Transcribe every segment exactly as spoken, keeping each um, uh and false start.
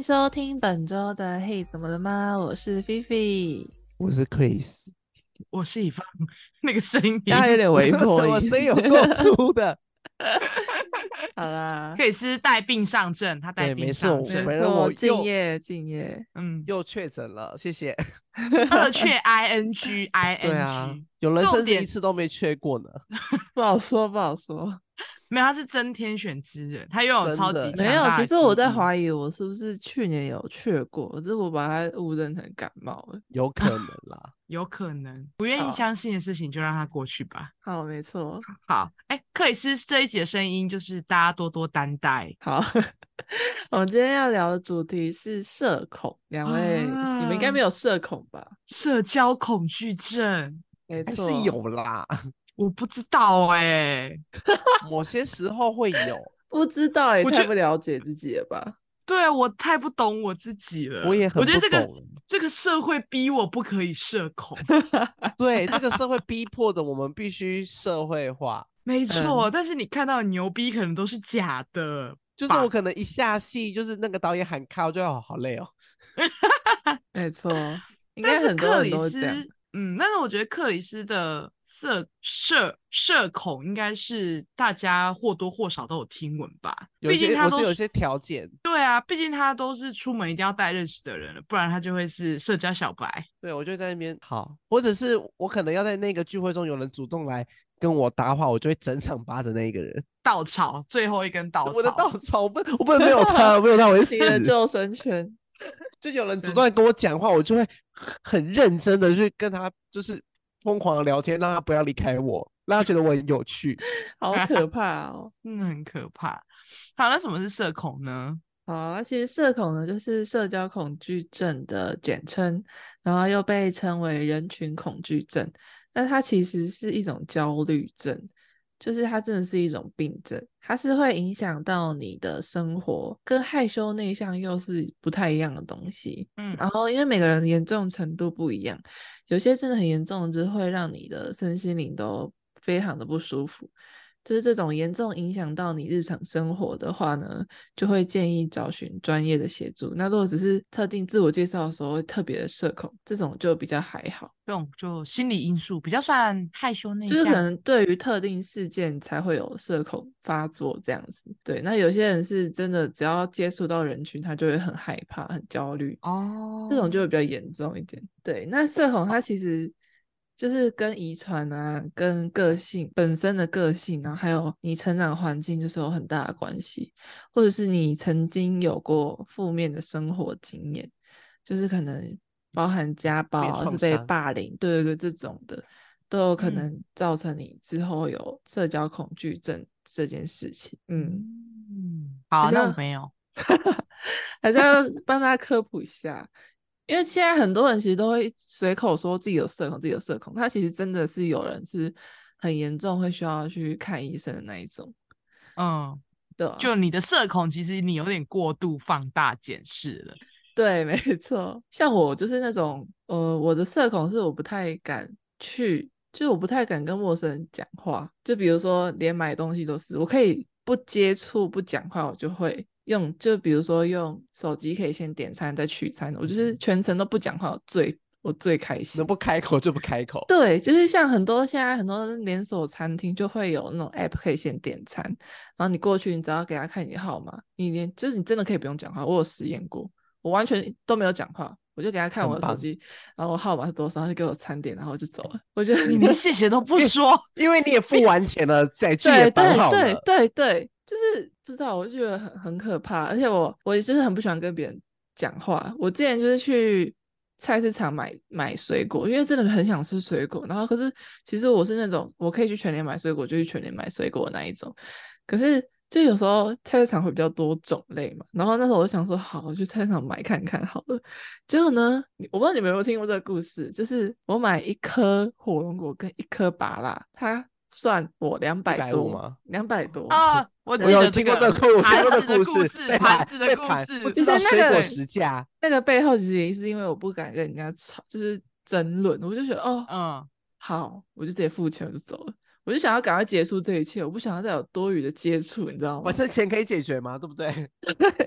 收听本周的嘿怎么了吗？我是菲菲， 我是 Chris。 我是以放那个声音， 刚刚有点微破音， 我声音有够粗的。 好啦， 克里斯带病上阵，他带对， 病没错， 上阵， 反正没错， 我又敬业敬业。 嗯， 又确诊了，谢谢。 二确 ing 对啊， ing， 有人生日一重点次都没缺过呢， 不好说，不好说。 没有，他是真天选之人，他拥有超级真的没有， 强大的只是我在基因怀疑我是不是去年有确过，只是我把它误认成感冒了。 有可能啦。 有可能不愿意好相信的事情就让它过去吧。 好，没错。 好，哎，克里斯这一集的声音就是大家多多担待。 好，我们今天要聊的主题是社恐。两位， 啊你们应该没有社恐吧？ 社交恐惧症， 没还是错， 有啦， 我不知道哎、 某些时候会有。 不知道也我觉得太不了解自己了吧？ 对，我太不懂我自己了。 我也很我觉得这个不懂这个社会逼我不可以社恐， 对，这个社会逼迫的，我们必须社会化。 没错。 嗯但是你看到的牛逼可能都是假的， 就是我可能一下戏，就是那个导演喊卡，我就好好累哦。 没错，应但该很多是克里人都是这样。 斯，嗯，但是我觉得克里斯的社社社恐应该是大家或多或少都有听闻吧。 有毕竟他都是些我是有些条件， 对啊，毕竟他都是出门一定要带认识的人了，不然他就会是社交小白。 对我就在那边好，或者是我可能要在那个聚会中有人主动来跟我搭话，我就会整场扒着那一个人。 稻草，最后一根稻草， 我的稻草，我不我不能没有他，没有他我会死你。的救生圈。 就有人主动来跟我讲话，我就会很认真的去跟他就是疯狂的聊天，让他不要离开我，让他觉得我很有趣。 好可怕哦！ 真的很可怕。好，那什么是社恐呢？ 好啊，其实社恐呢，就是社交恐惧症的简称，然后又被称为人群恐惧症。那它其实是一种焦虑症，就是它真的是一种病症，它是会影响到你的生活，跟害羞内向又是不太一样的东西。 嗯， 然后因为每个人的严重程度不一样，有些真的很严重，就是会让你的身心灵都非常的不舒服。就是这种严重影响到你日常生活的话呢，就会建议找寻专业的协助。那如果只是特定自我介绍的时候会特别的社恐，这种就比较还好， 这种就心理因素比较算害羞内就是可向。 能对于特定事件才会有社恐发作这样子。对，那有些人是真的只要接触到人群，他就会很害怕、很焦虑， 哦， 这种就会比较严重一点。对，那社恐它其实就是跟遗传啊、跟个性本身的个性，然后还有你成长环境就是有很大的关系，或者是你曾经有过负面的生活经验，就是可能包含家暴面啊，是被创伤， 霸凌，对对对，这种的都有可嗯能造成你之后有社交恐惧症这件事情。嗯， 嗯，好， 还是要那我没有。 还是要帮大家科普一下。因为现在很多人其实都会随口说自己有社恐，自己有社恐，他其实真的是有人是很严重，会需要去看医生的那一种， 嗯， 对吧？ 就你的社恐，其实你有点过度放大检视了。 对，没错。像我就是那种，呃，我的社恐是我不太敢去，就是我不太敢跟陌生人讲话，就比如说连买东西都是，我可以不接触不讲话，我就会用，就比如说用手机可以先点餐再取餐，我就是全程都不讲话，我最我最开心。 能不开口就不开口。 对，就是像很多现在很多连锁餐厅就会有那种 app 可以先点餐，然后你过去，你只要给他看你的号码，你连就是你真的可以不用讲话，我有实验过，我完全都没有讲话，我就给他看我很棒， 的手机，然后我号码是多少，他就给我餐点，然后我就走了。我觉得你连谢谢都不说， 因为你也付完钱了，载具也对对对绑好了。 对对，就是不知道，我就觉得很很可怕，而且我我就是很不喜欢跟别人讲话。我之前就是去菜市场买买水果，因为真的很想吃水果，然后可是其实我是那种我可以去全联买水果就去全联买水果的那一种，可是就有时候菜市场会比较多种类嘛，然后那时候我就想说，好，我去菜市场买看看好了。结果呢，我不知道你们有没有听过这个故事，就是我买一颗火龙果跟一颗芭乐，它算我两一百多， 百五吗？ 两百多。 啊，我我记得这有听过这个故，我听过这盘子的个故事， 故事， 被盘子的盘被盘， 故事。 不其实知道水果那个实价。 那个背后其实也是因为我不敢跟人家吵，就是争论，我就觉得哦， 嗯， 好，我就直接付钱我就走了，我就想要赶快结束这一切，我不想要再有多余的接触，你知道吗？ 反正钱可以解决嘛，对不对？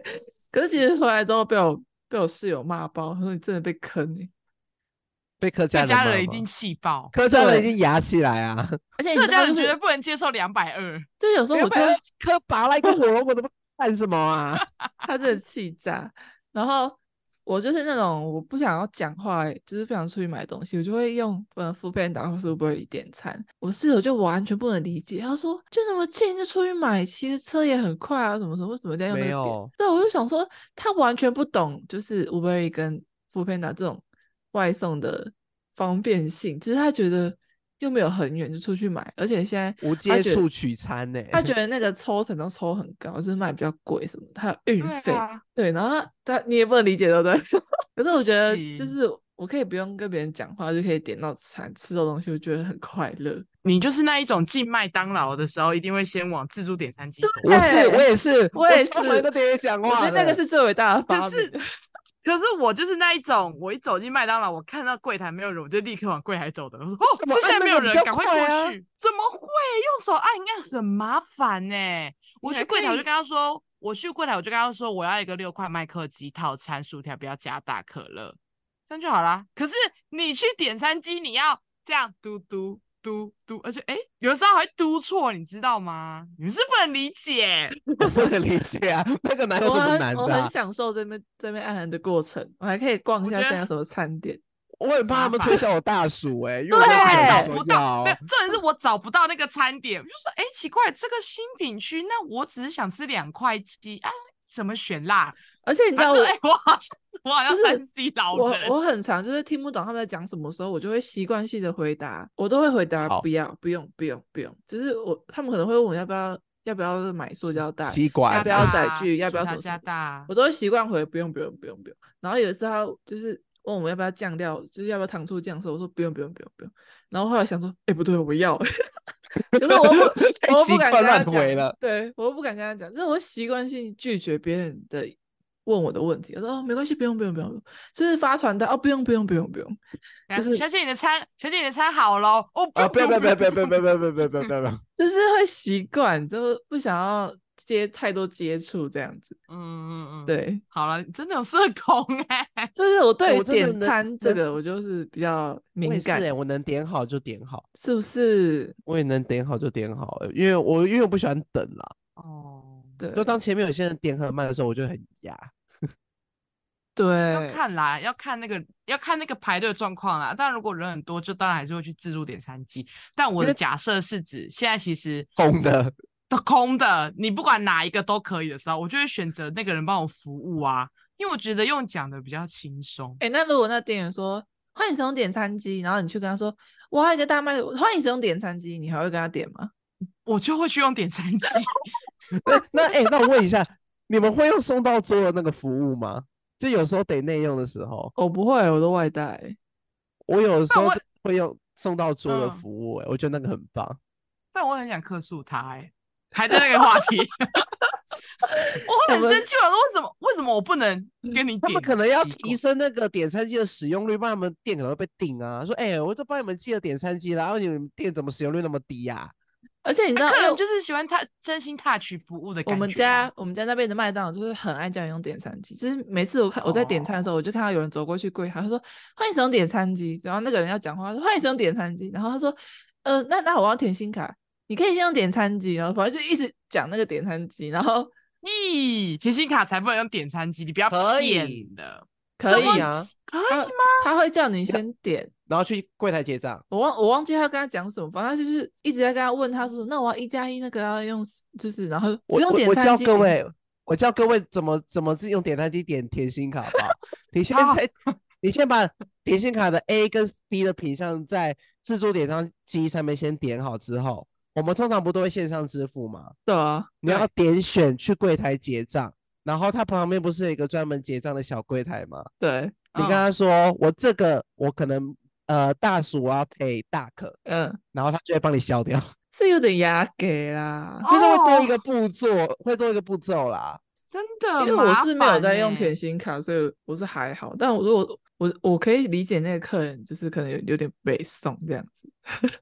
可是其实回来之后被我被我室友骂爆，他说你真的被坑哎、欸， 被客客家人骂吗家人一定气爆， 客家人对已经牙起来啊！ 而且你客家人绝对知道就是， 不能接受两百二。 就是有时候我就两百二颗拔了一个火龙果，都不干什么啊？ 他真的气炸，然后我就是那种我不想要讲话欸，就是不想出去买东西，我就会用呃 Foodpanda 或是 Uber Eats 点餐。我室友就完全不能理解，他说就那么近就出去买，其实车也很快啊，什么什么，为什么一定要用那个点？ 没有， 对，我就想说他完全不懂，就是 Uber Eats 跟 Foodpanda 这种外送的方便性，就是他觉得又没有很远就出去买，而且现在无他觉得接触取餐呢、 他觉得那个抽成都抽很高，就是卖比较贵什么的，还有运费。 对啊， 对，然后他他你也不能理解，对不对？可是我觉得不行就是我可以不用跟别人讲话，就可以点到餐，吃到东西，我觉得很快乐。 你就是那一种进麦当劳的时候，一定会先往自助点餐机走。 我是对我也是， 我也超讨是厌跟别人讲话的。 我觉得那个是最伟大的发明。 可是可是我就是那一种，我一走进麦当劳，我看到柜台没有人，我就立刻往柜台走的。我说：“哦， 怎么是现在没有人， 按那个比较赶快过快啊去。”怎么会用手按？应该很麻烦呢、我你还去柜台， 可以我就跟他说：“我去柜台，我就跟他说我要一个六块麦克鸡套餐，薯条不要加大可乐，这样就好啦。”可是你去点餐机，你要这样嘟嘟。嘟嘟，而且哎，有的时候还会嘟错，你知道吗？你们是不能理解。 我不能理解啊，那个哪有我什么很我很难的啊、 享受这边这边按按的过程，我还可以逛一我觉得下现在有什么餐点。 我很怕他们麻烦推销我大薯哎、因为对我都还没有说找不到， 要没有，重点是我找不到那个餐点，我就说，哎，奇怪，这个新品区，那我只是想吃两块鸡啊，怎么选辣？ 而且你知道我他说，哎，我好像是我好像就是三 C 老我人， 我很常就是听不懂他们在讲什么时候，我就会习惯性的回答，我都会回答好不要不用不用不用，就是我他们可能会问我要不要要不要买塑胶袋， 吸管要不要载具，要不要薯条加什么什么， 大我，都会习惯回不用不用不用不用。然后有一次他就是问我们要不要酱料，就是要不要糖醋酱的时候，我说不用不用不用不用。然后后来想说，哎不对，我要，可是我不太我不敢习惯跟他讲， 乱回了。 对，我不敢跟他讲，就是我会习惯性拒绝别人的问我的问题。我说哦，没关系，不用不用不用，就是发传单哦，不用不用不用不用，就是小姐你的餐，小姐你的餐好喽，哦， 啊！不要不要不要不要不要不要， 要不要不要不要不要不要！ 就是会习惯，就不想要接太多接触这样子。 嗯嗯嗯， 对， 好了，真的有社恐哎， 就是我哎对于我真的能点餐这能个，我就是比较我敏感， 也是哎、我能点好就点好， 是不是？ 我也能点好就点好、欸，因为我因为我不喜欢等啦。 哦， 对就当前面有些人点很慢的时候，我就很压。 要对， 看啦，要看那个要看那个排队的状况啦。但如果人很多，就当然还是会去自助点餐机。但我因为的假设是指现在其实空的， 都空的，你不管哪一个都可以的时候，我就会选择那个人帮我服务啊，因为我觉得用讲的比较轻松。 哎，那如果那店员说欢迎使用点餐机，然后你去跟他说我要一个大麦，欢迎使用点餐机，你还会跟他点吗？ 我就会去用点餐机。 那那哎、欸那我问一下，你们会用送到桌的那个服务吗？就有时候得内用的时候， 我不会，我都外带。 我有时候但我真的会用送到桌的嗯服务、欸，哎、我觉得那个很棒。 但我很想客诉他、欸，哎，还在那个话题，我很生气，我说为什么为什么我不能跟你点？ 他们可能要奇怪提升那个点餐机的使用率，不然他们店可能会被定啊。说，哎、我都帮你们寄了点餐机了，然后你们店怎么使用率那么低呀、 而且你知道， 客因为人就是喜欢他真心 touch 服务的感觉、啊。 我们家我们家那边的麦当劳就是很爱叫人用点餐机，就是每次我看我在点餐的时候，我就看到有人走过去柜台，他说欢迎使用点餐机，然后那个人要讲话，他说欢迎使用点餐机，然后他说，呃，那那我要填新卡，你可以先用点餐机，然后反正就一直讲那个点餐机，然后咦，甜心卡才不能用点餐机，你不要可以骗的。 可以怎么啊， 可以他他会叫你先点。 然后去柜台结账。 我忘我忘记他跟他讲什么，反正他就是一直在跟他问他说，那我要一加一那个要用，就是然后我只用我我教点餐机。 各位，我教各位怎么怎么自己用点餐机点甜心卡，好不好？你先好在，你先把甜心卡的 A 跟 B 的品项在自助点餐机上面先点好之后，我们通常不都会线上支付吗？ 对啊， 你要点选去柜台结账，然后它旁边不是有一个专门结账的小柜台吗？ 对， 你跟嗯他说，我这个我可能呃大薯我要配大可， 嗯， 然后他就会帮你消掉， 是有点压给啦。 就是会多一哦个步骤，会多一个步骤啦。 真的因为我是没有麻烦在用欸甜心卡，所以我是还好。但我如果我我可以理解那个客人就是可能有有点北宋这样子。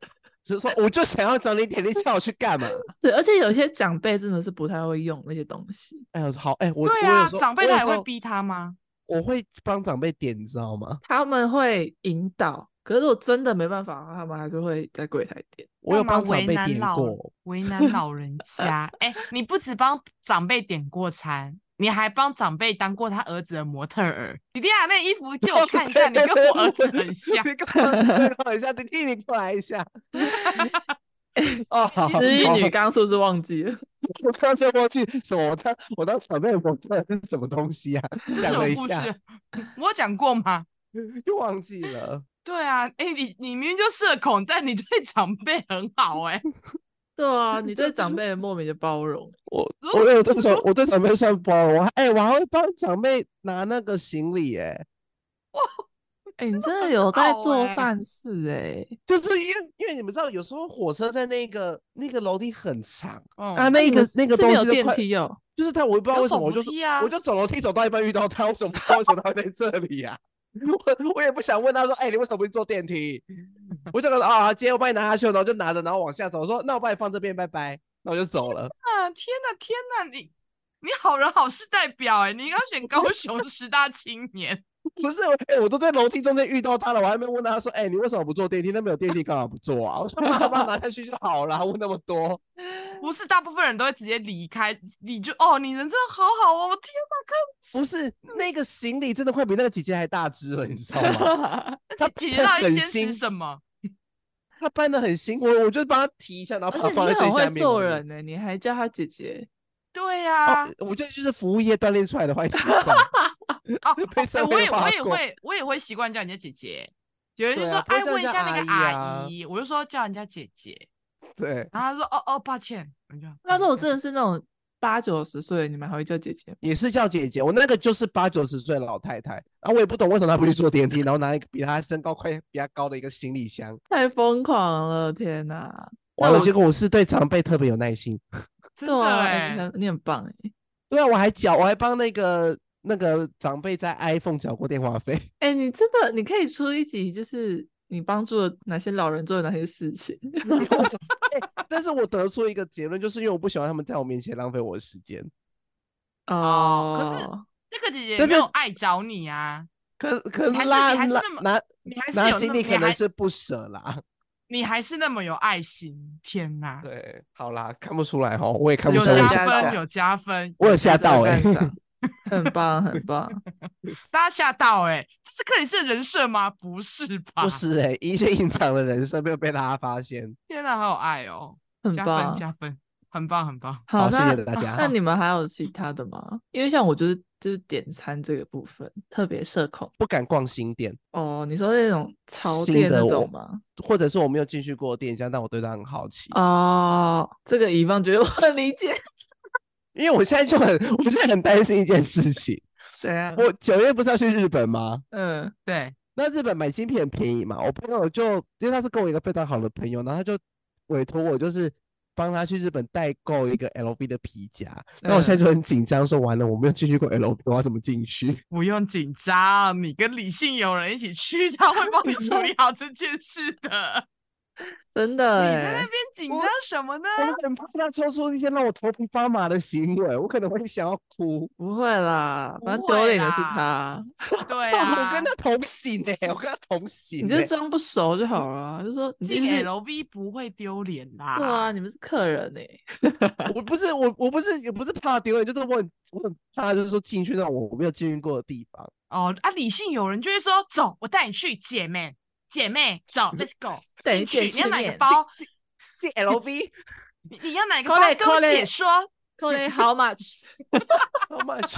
就是说我就想要找你点，你叫我去干嘛？ 对，而且有些长辈真的是不太会用那些东西。 哎呦，好，哎，我对啊， 我有时候长辈我有时候他也会逼他吗？ 我会帮长辈点，你知道吗？ 他们会引导，可是我真的没办法的话，他们还是会在柜台点。 我有干嘛帮长为难老辈点过， 为难老人家？哎、你不止帮长辈点过餐，你还帮长辈当过他儿子的模特儿。弟弟啊，那衣服借我看一下，你跟我儿子很像。 你跟我儿子很像，弟弟你过来一下。哦，好， 其失忆好女刚刚是不是忘记了？ 我刚才忘记什么，我当我当长辈模特是什么东西啊？想了一下， 什么故事？我有讲过吗？ 又忘记了。 对啊，哎、你你明明就社恐，但你对长辈很好、哎， 对啊，你对长辈的莫名的包容。 我我有这种，我对长辈算包容，我还哎、我还会帮长辈拿那个行李、哎， 哎、你真的很有在好欸做善事哎、 就是因为因为你们知道，有时候火车在那个那个楼梯很长、 嗯啊， 那你们那个那个是没有电东西都快， 梯哦？ 就是他，我也不知道有为什么， 手我就是扶梯啊我就走楼梯走到一半遇到他，为什么不知道为什么他会在这里呀、我我也不想问他说，哎、你为什么不去坐电梯？我就跟他啊，今天我帮你拿下去，然后就拿着，然后往下走。我说那我帮你放这边，拜拜，然后我就走了。 啊，天哪天哪，你你好人好事代表哎、你应该选高雄十大青年。 不是，哎、欸，我都在楼梯中间遇到他了，我还没问他说，哎、欸，你为什么不坐电梯？那边有电梯，干嘛不坐啊？我说把把拿下去就好了，问那么多。 不是，大部分人都会直接离开，你就哦，你人真的好好哦，我天哪， 不是，那个行李真的快比那个姐姐还大只了，你知道吗？ 看姐姐姐到底坚很新持什么？ 他搬的很辛苦，我就帮他提一下，然后而且把它放在你很会最下面。 做人呢、你还叫他姐姐。 对呀、 哦，我觉得就是服务业锻炼出来的坏习惯。 哦， 被哎、 社会我也我化过也会我也会习惯叫人家姐姐。有人就说， 对啊不会哎， 叫人家问一下那个阿姨阿啊姨，我就说叫人家姐姐， 对， 然后他说，哦哦，抱歉。我就那如果真的嗯是那种八九十岁的，你们还会叫姐姐吗？ 也是叫姐姐。我那个就是八九十岁的老太太，然后我也不懂为什么她不去坐电梯，然后拿一个比她身高快比她高的一个行李箱。 太疯狂了，天哪！ 完了， 那我结果我是对长辈特别有耐心。 真的对啊， 哎、 哎、你很棒哎、 对啊，我还缴，我还帮那个那个长辈在 iPhone 缴过电话费。 哎、你真的你可以出一集，就是你帮助了哪些老人做了哪些事情。 欸但是我得出一个结论，就是因为我不喜欢他们在我面前浪费我的时间。 哦可是哦， 那个姐姐也但是没有爱找你啊， 可可你还是拉拉你还是那么拿你还是拿有那行李可能么你还是不舍啦。 你还是那么有爱心，天哪， 对，好啦，看不出来哈，我也看不有出来。 加我吓到加分有加分， 我有吓到哎、欸， 赞赏很棒很棒。 大家吓到哎、这是克里斯的人设吗？不是吧？ 不，是哎、欸，一些隐藏的人设没有被大家发现。 天哪，好有爱哦，加很棒分加分，很棒很棒。 好， 好，谢那谢大家。 那你们还有其他的吗？因为像我就是就是点餐这个部分特别社恐。 不敢逛新店， 哦，你说那种潮新店那的我种吗？ 或者是我没有进去过的店家，但我对它很好奇。 哦，这个乙方觉得我很理解。 因为我现在就很，我现在很担心一件事情。 怎样？ 我九月不是要去日本吗？ 嗯， 对， 那日本买精品很便宜嘛，我朋友就因为他是跟我一个非常好的朋友，然后他就委托我就是帮他去日本代购一个 L V 的皮夹。那、我现在就很紧张，说完了我没有进去过 L V，我要怎么进去？ 不用紧张，你跟理性友人一起去，他会帮你处理好这件事的。 真的哎你在那边，紧张什么呢？ 我很怕他做出一些让我头皮发麻的行为，我可能会想要哭。 不会啦，反正不会丢脸的是啦他， 对啊， 我跟他同行哎、欸，我跟他同行、欸， 你就装不熟就好了啊，就说你就进是 L V 不会丢脸啦。 对啊，你们是客人哎、 我不是我我不是也不是怕丢脸，就是我很我很怕，就是说进去那种我没有进去过的地方。 哦啊，理性友人就会说：“走，我带你去，姐妹，姐妹，走，Let's go， 等于进去。你要见世面哪个包？ 进 L V 你你要哪个扣嘞包？跟我扣嘞姐说。 扣嘞 how much？ how much？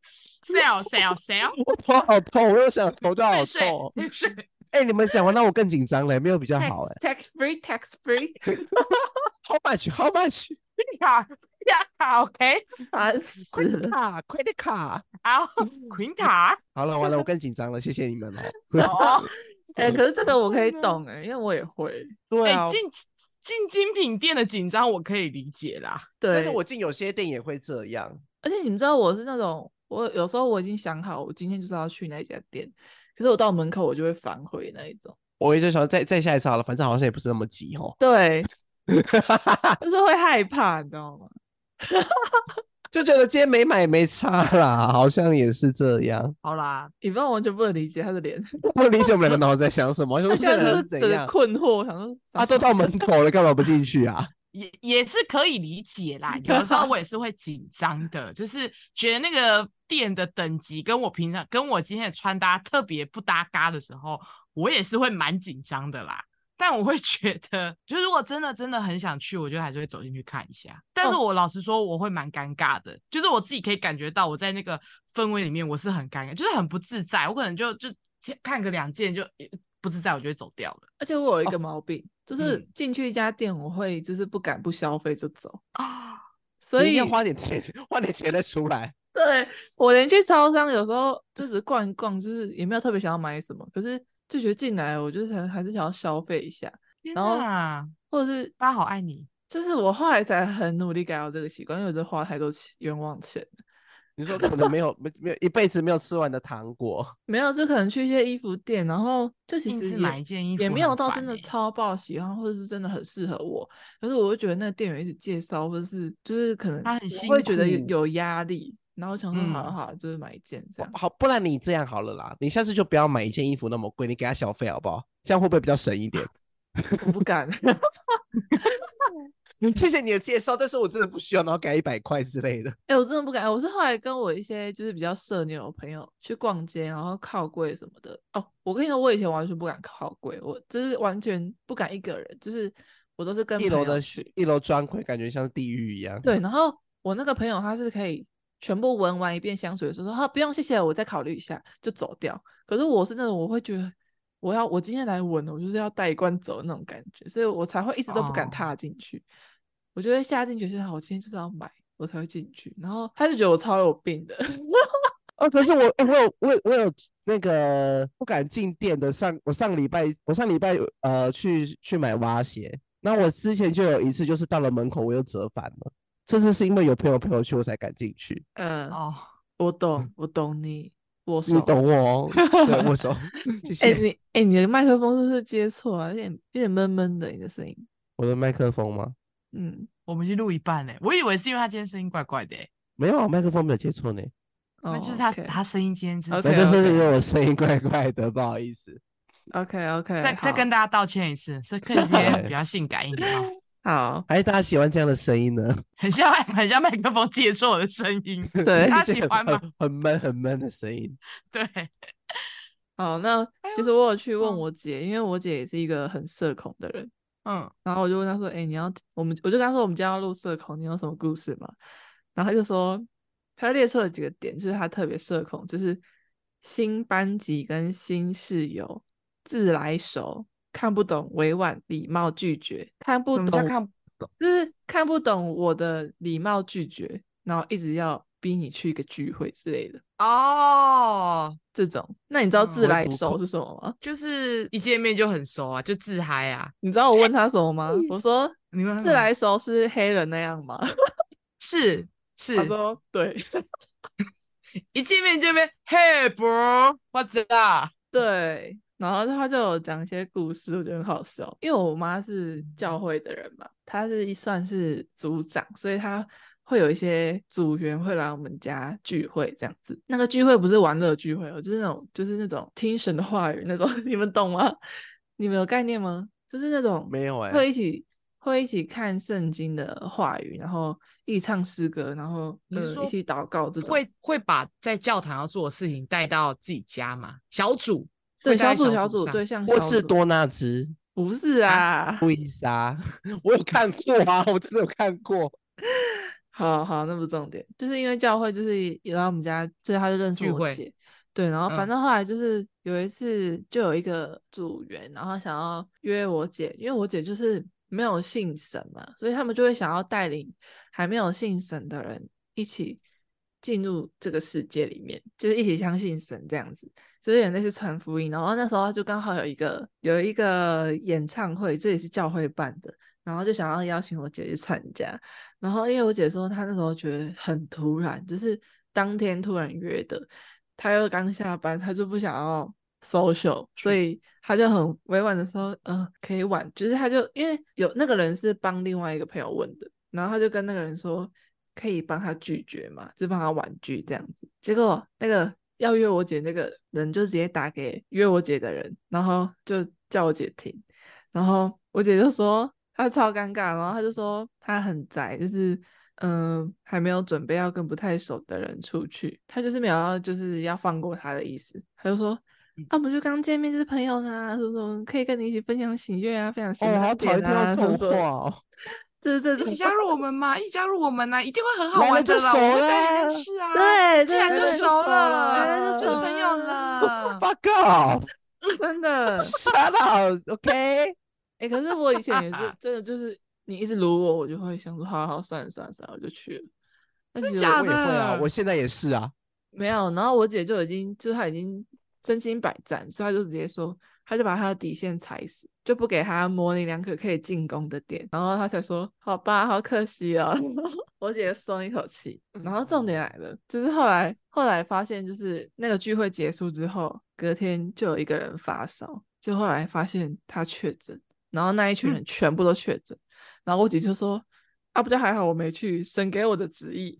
Sell sell sell， 我头好痛，我又想头就好退税痛。 退税。 哎、你们讲完，那我更紧张了，没有比较好哎、 tax tax free tax free， How much？How much？ 卡呀卡 OK， 烦死 ？Credit 了。 卡，Credit 卡。 好，Queen 卡。 好了，完了，我更紧张了，谢谢你们哦。 哦， 哎、可是这个我可以懂哎、因为我也会。 哎， 对啊， 进进精品店的紧张我可以理解啦。 对， 但是我进有些店也会这样。 而且你们知道我是那种，我有时候我已经想好，我今天就是要去那一家店，可是我到门口我就会反悔那一种。 我就想再再下一次好了，反正好像也不是那么急哦。 对，就是会害怕，你知道吗？ 就觉得今天没买没差啦，好像也是这样。 好啦， 你不然完全不能理解他的脸， 不理解我们两个脑子在想什么，说他这个人现在就是整个是怎样困惑，想说啊？都到门口了，干嘛不进去啊？ 也也是可以理解啦。有的时候我也是会紧张的，就是觉得那个店的等级跟我平常跟我今天的穿搭特别不搭嘎的时候，我也是会蛮紧张的啦。但我会觉得，就如果真的真的很想去，我觉得还是会走进去看一下。但是我老实说，我会蛮尴尬的，就是我自己可以感觉到我在那个氛围里面我是很尴尬，就是很不自在。我可能就就看个两件就不自在，我就会走掉了。 而且我有一个毛病，就是嗯进去一家店，我会就是不敢不消费就走， 啊， 所你一定要以花点钱，花点钱再出来。 对我连去超商有时候就只是逛一逛，就是也没有特别想要买什么，可是就觉得进来我就是还还是想要消费一下， 天然后哪， 或者是大家好爱你。 就是我后来才很努力改掉这个习惯，因为我真的花太多钱冤枉钱了。 你说可能没有没没有一辈子没有吃完的糖果， 没有，就可能去一些衣服店，然后就其硬是实也买一件衣服也没有很到真的烦欸超爆喜欢，或者是真的很适合我。可是我会觉得那个店员一直介绍，或者是就是可能我他很辛会觉得有苦有压力，然后想说好嗯好好，就是买一件这样。 好，不然你这样好了啦，你下次就不要买一件衣服那么贵，你给他小费好不好？这样会不会比较省一点？ 我不敢。 谢谢你的介绍，但是我真的不需要，然后给他一百块之类的。 哎、我真的不敢。我是后来跟我一些就是比较社牛的朋友去逛街，然后靠柜什么的。哦，我跟你说，我以前完全不敢靠柜，我就是完全不敢一个人，就是我都是跟朋一楼的友去。 一楼专柜感觉像是地狱一样。 对，然后我那个朋友他是可以全部闻完一遍香水的时候说，他不用谢谢，我再考虑一下就走掉。可是我是那种我会觉得我要我今天来闻了，我就是要带一罐走的那种感觉，所以我才会一直都不敢哦踏进去。我就会下定决心，好，我今天就是要买，我才会进去。然后他就觉得我超有病的。 哦，可是我、欸、我有我有我有那个不敢进店的上，我上礼拜我上礼拜呃去去买蛙鞋，那我之前就有一次就是到了门口我又折返了，这次是因为有朋友陪我去我才敢进去。 嗯， 哦， 我懂，我懂你，握手。 你懂我哦，对，握手，谢哎、 谢。 你哎、你的麦克风是不是接错啊？有点有点闷闷的，你的声音。 我的麦克风吗？ 嗯， 我们已经录一半嘞，我以为是因为他今天声音怪怪的欸， 没有，麦克风没有接错呢， 哦那就是他 OK 他声音今天就是 OK， 那就是因为我这样子声音怪怪的，不好意思。 OK OK， 再再跟大家道歉一次，所以可以今天比较性感一点哦， 好， 还是大家喜欢这样的声音呢？ 很像很像麦克风接错我的声音， 对大家喜欢吗？ 很很闷很闷的声音。 对， 好，那其实我有去问嗯我姐，因为我姐也是一个很社恐的人， 嗯， 然后我就问她说：“哎、你要我们，我就跟她说我们今天要录社恐，你有什么故事吗？”然后她就说，她列出了几个点，就是她特别社恐，就是新班级跟新室友自来熟，看不懂委婉礼貌拒绝，看不懂什么叫看不懂？ 就是看不懂我的礼貌拒绝，然后一直要逼你去一个聚会之类的哦， 这种。那你知道嗯自来我会读口熟是什么吗？ 就是一见面就很熟啊，就自嗨啊。 你知道我问他什么吗？我说你们自来熟是黑人那样吗？ 是他是， 说对。 一见面就被 Hey bro，what's up？ 对，然后他就有讲一些故事，我觉得很好笑。因为我妈是教会的人嘛，她是算是组长，所以她会有一些组员会来我们家聚会这样子。那个聚会不是玩乐聚会哦，就是那种就是那种听神的话语那种，你们懂吗？你们有概念吗？就是那种没有哎、 会一起会一起看圣经的话语，然后一起唱诗歌，然后呃你是说一起祷告这种。 会会把在教堂要做的事情带到自己家吗？小组对， 会带在小组小组， 上对，像波小组士多纳兹、 不是啊。 路易莎，我有看过啊，我真的有看过。 好好，那不是重点，就是因为教会就是也来我们家，所以他就认识聚会我姐。对，然后反嗯正后来就是有一次，就有一个组员，然后想要约我姐，因为我姐就是没有信神嘛，所以他们就会想要带领还没有信神的人一起进入这个世界里面，就是一起相信神这样子，就是有点类似传福音。然后那时候就刚好有一个有一个演唱会，这也是教会办的，然后就想要邀请我姐去参加。然后因为我姐说她那时候觉得很突然，就是当天突然约的，她又刚下班，她就不想要 social，所以他就很委婉的说，嗯、呃，可以晚，就是他就因为有那个人是帮另外一个朋友问的，然后他就跟那个人说，可以帮他拒绝嘛，就帮他婉拒这样子。结果那个要约我姐那个人就直接打给约我姐的人，然后就叫我姐听，然后我姐就说她超尴尬，然后她就说她很宅，就是嗯、呃还没有准备要跟不太熟的人出去，她就是没有要就是要放过她的意思，她就说。啊，不就刚见面就是朋友啊，什么什么可以跟你一起分享喜悦啊，分享哦，我喜欢好讨厌听到点啊， 这种什么什么， 话哦。 这这这， 一起加入我们嘛，一起加入我们呐、一定会很好来了玩的啦， 就熟我会带你认了， 识啊。 对既然对对， 就熟来了就熟了， 来了就了熟就是朋友了， 了。 ，fuck off，shut 真的。 up，OK？ 哎、可是我以前也是真的，就是你一直撸我，我就会想说，好好算了算了算了，我就去了。但其实我真假我也会啊， 的？ 我现在也是啊。 没有，然后我姐就已经，就是她已经身经百战，所以她就直接说，她就把她的底线踩死，就不给她模棱两可可以进攻的点，然后她才说，好吧，好可惜哦。我姐松一口气。然后重点来了，就是后来后来发现，就是那个聚会结束之后，隔天就有一个人发烧，就后来发现他确诊，然后那一群人全部都确诊，然后我姐就说，啊，不就还好我没去，省给我的旨意。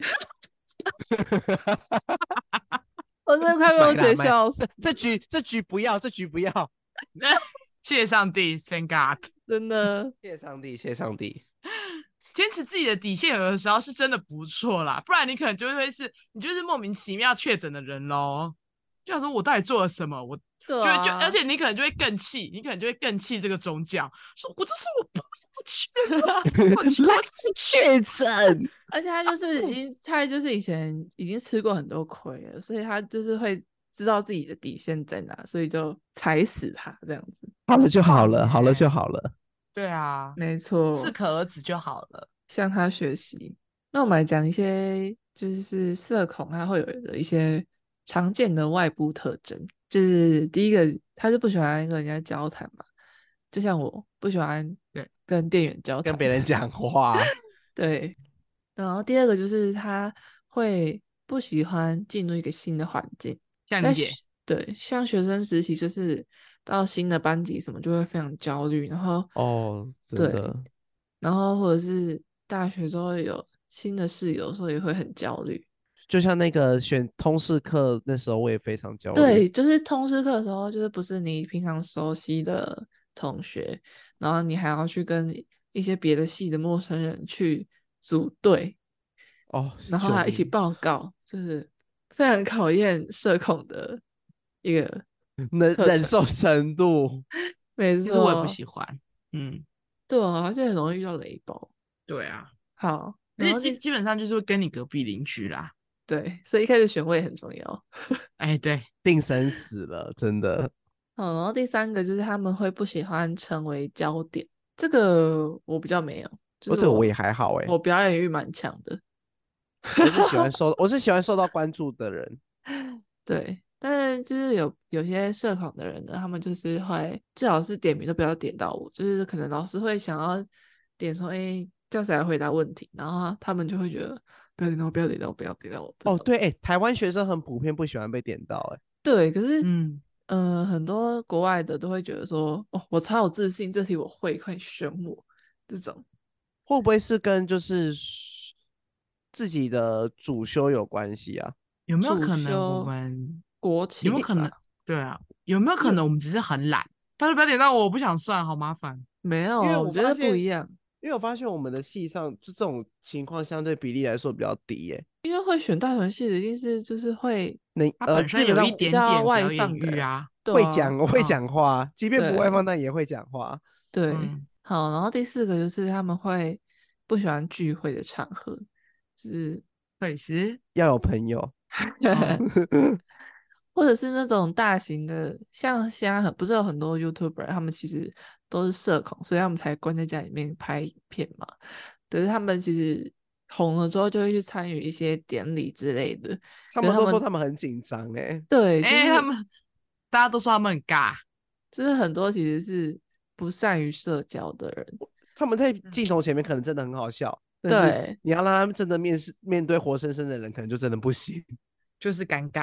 我真的快被我姐买啦买， 笑死， 这这局这局不要，这局不要。 谢谢上帝，Thank God。 真的。 谢谢上帝，谢谢上帝。 坚持自己的底线，有的时候是真的不错啦，不然你可能就会是，你就是莫名其妙确诊的人咯。就想说我到底做了什么，我对就会就，而啊， 且你可能就会更气，你可能就会更气这个宗教，说我就是我不要去，我去， 来我确诊， 而且他就是已经，他就是以前已经吃过很多亏了，所以他就是会知道自己的底线在哪，所以就踩死他这样子。 好了就好了， 棒好了就耶好了。 对啊， 没适错， 可而止就好了。 向他学习。那我们来讲一些就是社恐他会有的一些常见的外部特征，就是第一个，他是不喜欢跟人家交谈嘛，就像我不喜欢对跟店员交谈， 跟别人讲话， 对。然后第二个就是他会不喜欢进入一个新的环境，在像你姐， 对，像学生时期就是到新的班级什么就会非常焦虑，然后哦，真对， 的。 然后或者是大学之后有新的室友，所以会很焦虑。 就像那个选通识课那时候，我也非常焦虑。 对，就是通识课的时候，就是不是你平常熟悉的同学，然后你还要去跟一些别的系的陌生人去组队， 哦， 然后救还一起命！ 报告，就是非常考验社恐的一个能课程。 忍受程度。 没其实我也不错， 喜欢。嗯， 对啊，而且很容易遇到雷包。 对啊， 好， 而且基然后第基本上就是会跟你隔壁邻居啦。 对，所以一开始选位很重要。 哎，对， 定生死了，真的。 好，然后第三个就是他们会不喜欢成为焦点，这个我比较没有，就哦，这个我也是我还好哎， 我表演欲蛮强的。 我是喜欢受，我是喜欢受到关注的人。 对，但是就是有有些社恐的人呢，他们就是会最好是点名都不要点到我，就是可能老师会想要点说，哎，叫谁来回答问题，然后他们就会觉得不要点到我，不要点到我，不要点到我这哦， 种。 对，哎，台湾学生很普遍不喜欢被点到，哎， 对，可是嗯， 嗯、呃很多国外的都会觉得说，哦，我超有自信，这题我会，快选我这种。 会不会是跟就是自己的主修有关系啊？ 有没有主可能我修们国有没有可能？ 情吧， 对啊，有没有可能我们只是很懒？拜托不要点到我，我不想算，好麻烦。 没有， 因为我我觉得不发现， 一样， 因为我发现我们的系上就这种情况相对比例来说比较低，耶。 因为会选大团系的一定是就是会能呃， 他本身基本上有一点比较外点表演放的人， 欲啊。 会对啊， 讲会嗯讲话，即便不外对放，但也会讲话。 对， 嗯， 好，然后第四个就是他们会不喜欢聚会的场合，就是克里斯， 要有朋友。 嗯， 或者是那种大型的，像现在很不是有很多 YouTuber，他们其实都是社恐，所以他们才关在家里面拍影片嘛。可是他们其实红了之后，就会去参与一些典礼之类的。 他们都说可是他们他们很紧张，哎， 对，就哎、他是们大家都说他们很尬。 就是很多其实是不善于社交的人。 他们在镜头前面可能真的很好笑，但是对你要让他们真的面试面对活生生的人，可能就真的不行。 就是尴尬。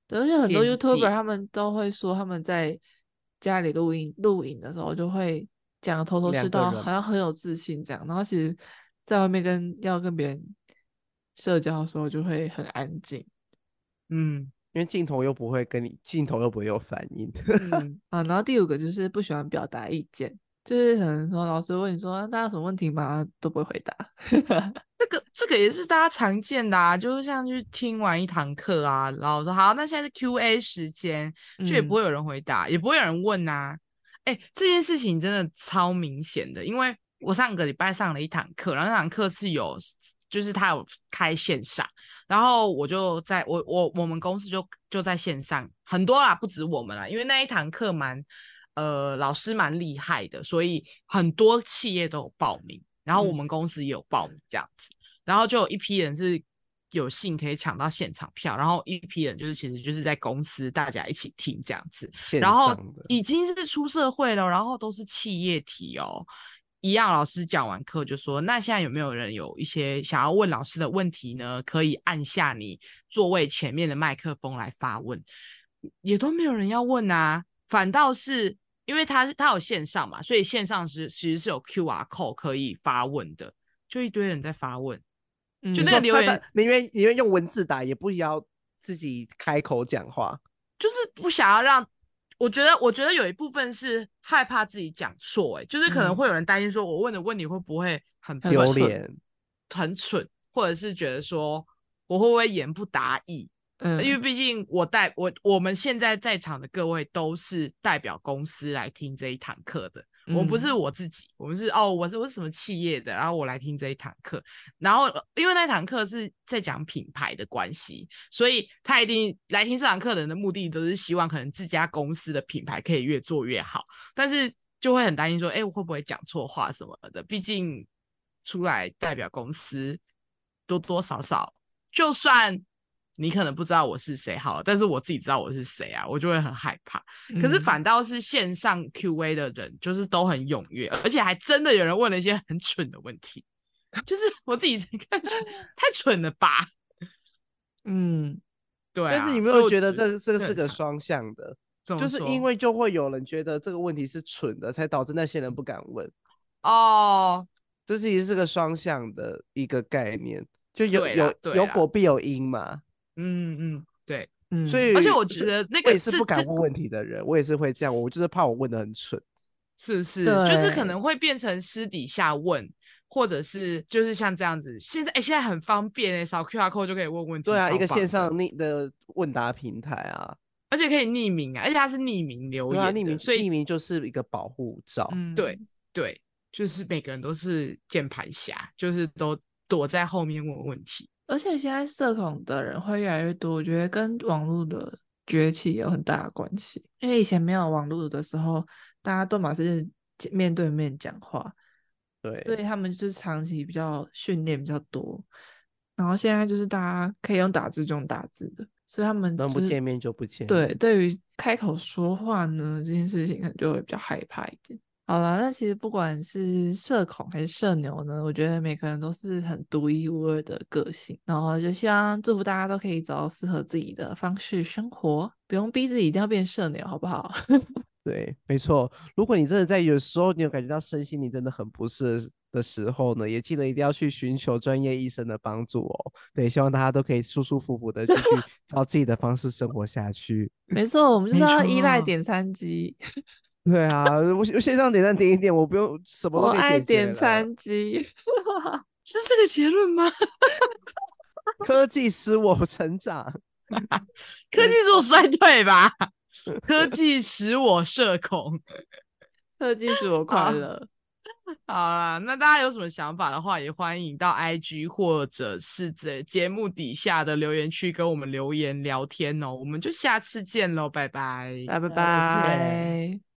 对，而且很多简 YouTuber 介。 他们都会说他们在家里录音录影的时候就会讲得头头是道， 两个人好像很有自信这样，然后其实在外面跟要跟别人社交的时候就会很安静。 嗯因为镜头又不会跟你，镜头又不会有反应。 嗯， 啊，然后第五个就是不喜欢表达意见，就是可能说老师问你说大家有什么问题吗，都不会回答。 这个这个也是大家常见的啊，就是像去听完一堂课啊，然后说好，那现在是 Q A 时间，就也不嗯会有人回答，也不会有人问啊。哎，这件事情真的超明显的，因为我上个礼拜上了一堂课，然后那堂课是有，就是他有开线上，然后我就在我我我们公司就就在线上很多啦，不止我们啦，因为那一堂课蛮呃老师蛮厉害的，所以很多企业都有报名。然后我们公司也有报名这样子，然后就有一批人是有幸可以抢到现场票，然后一批人就是其实就是在公司大家一起听这样子， 线然后上的已经是出社会了，然后都是企业题哦。一样，老师讲完课就说：“那现在有没有人有一些想要问老师的问题呢？可以按下你座位前面的麦克风来发问。”也都没有人要问啊，反倒是。因为他他有线上嘛，所以线上是其实是有 Q R code 可以发问的，就一堆人在发问， 嗯， 就你说他那个留言他宁愿宁愿用文字打，也不要自己开口讲话。 就是不想要让，我觉得我觉得有一部分是害怕自己讲错，哎，就是可能会有人担心说我问的问题会不会很很丢蠢脸， 很蠢，或者是觉得说我会不会言不达意。因为嗯毕竟我代我我们现在在场的各位都是代表公司来听这一堂课的，我们不是嗯我自己，我们是哦，我是我是什么企业的，然后我来听这一堂课，然后因为那堂课是在讲品牌的关系，所以他一定来听这堂课的人的目的都是希望可能自家公司的品牌可以越做越好，但是就会很担心说，哎，我会不会讲错话什么的？毕竟出来代表公司，多多少少，就算你可能不知道我是谁好了，但是我自己知道我是谁啊，我就会很害怕。可是嗯反倒是线上 Q A 的人，就是都很踊跃，而且还真的有人问了一些很蠢的问题，就是我自己看太蠢了吧？ 嗯， 对啊， 但是你没所以我有觉得这这个是很常个双向的？ 怎么就是因说为就会有人觉得这个问题是蠢的，才导致那些人不敢问。 哦， 这其实是个双向的一个概念，就有对啦有对啦， 有果必有因嘛。 嗯嗯，对， 嗯， 所以， 而且我觉所以得那我也是个这这不敢问问题的人，我也是会这样，我就是怕我问的很蠢。 是不是就是可对能会变成私底下问，或者是就是像这样子，现在哎、欸、现在很方便哎、欸，扫 Q R code 就可以问问题， 对啊，一个线超棒的， 上的的问答平台啊， 而且可以匿名啊，而且它是匿名留对啊， 言的， 匿名所以匿名就是一个保护罩。 嗯对对，就是每个人都是键盘侠，就是都躲在后面问问题。 而且现在社恐的人会越来越多，我觉得跟网络的崛起有很大的关系。因为以前没有网络的时候，大家都嘛是面对面讲话，所以对， 他们就是长期比较训练比较多。然后现在就是大家可以用打字就用打字的，所以他们就是能不见面就不见对面。 对于开口说话呢这件事情，可能就会比较害怕一点。好啦，那其实不管是社恐还是社牛呢，我觉得每个人都是很独一无二的个性，然后就希望祝福大家都可以找到适合自己的方式生活，不用逼自己一定要变社牛，好不好？ 对，没错。如果你真的在有时候你有感觉到身心你真的很不适的时候呢，也记得一定要去寻求专业医生的帮助哦。对，希望大家都可以舒舒服服的继续照自己的方式生活下去。 没错，我们就是没要依赖错点餐机， 对啊，我我线上点赞点一点，我不用什么我爱都可以解决点了。 餐机。 是这个结论吗？ 科技使我成长。 科技使我衰退吧，科技使我社恐。 特技使我快乐。 好啦，那大家有什么想法的话，也欢迎到 I G 或者是在节目底下的留言区跟我们留言聊天哦。我们就下次见喽，拜拜。 拜拜再见。 拜。